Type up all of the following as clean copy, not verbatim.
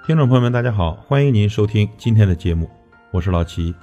听众朋友们大家好，欢迎您收听今天的节目，我是老齐。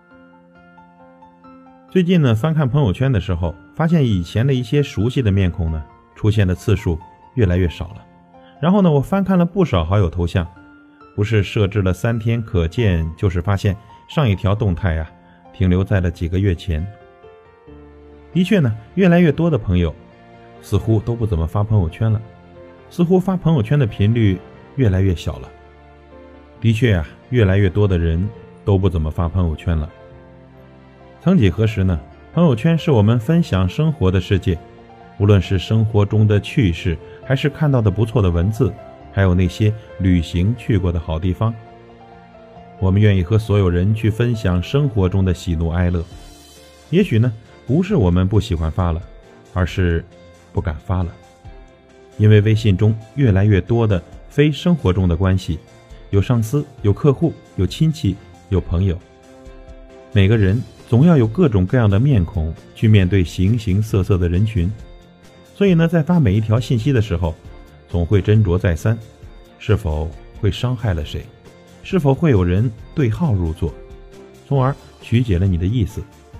最近呢，翻看朋友圈的时候，发现以前的一些熟悉的面孔呢，出现的次数越来越少了。然后呢，我翻看了不少好友头像，不是设置了3天可见，就是发现上一条动态停留在了几个月前。的确呢，越来越多的朋友似乎都不怎么发朋友圈了，似乎发朋友圈的频率越来越小了。的确越来越多的人都不怎么发朋友圈了。曾几何时呢，朋友圈是我们分享生活的世界，无论是生活中的趣事，还是看到的不错的文字，还有那些旅行去过的好地方，我们愿意和所有人去分享生活中的喜怒哀乐。也许呢，不是我们不喜欢发了，而是不敢发了。因为微信中越来越多的非生活中的关系，有上司，有客户，有亲戚，有朋友，每个人总要有各种各样的面孔去面对形形色色的人群。所以呢，在发每一条信息的时候，总会斟酌再三，是否会伤害了谁，是否会有人对号入座，从而曲解了你的意思。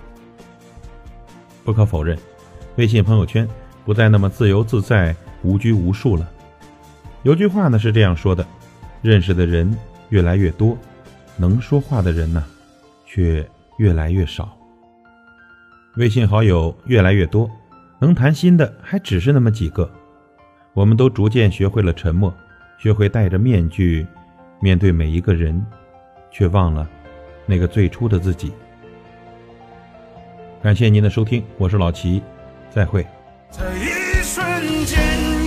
不可否认，微信朋友圈不再那么自由自在，无拘无束了。有句话呢是这样说的，认识的人越来越多，能说话的人呢却越来越少。微信好友越来越多，能谈心的还只是那么几个。我们都逐渐学会了沉默，学会戴着面具面对每一个人，却忘了那个最初的自己。感谢您的收听，我是老齐，再会。 这一瞬间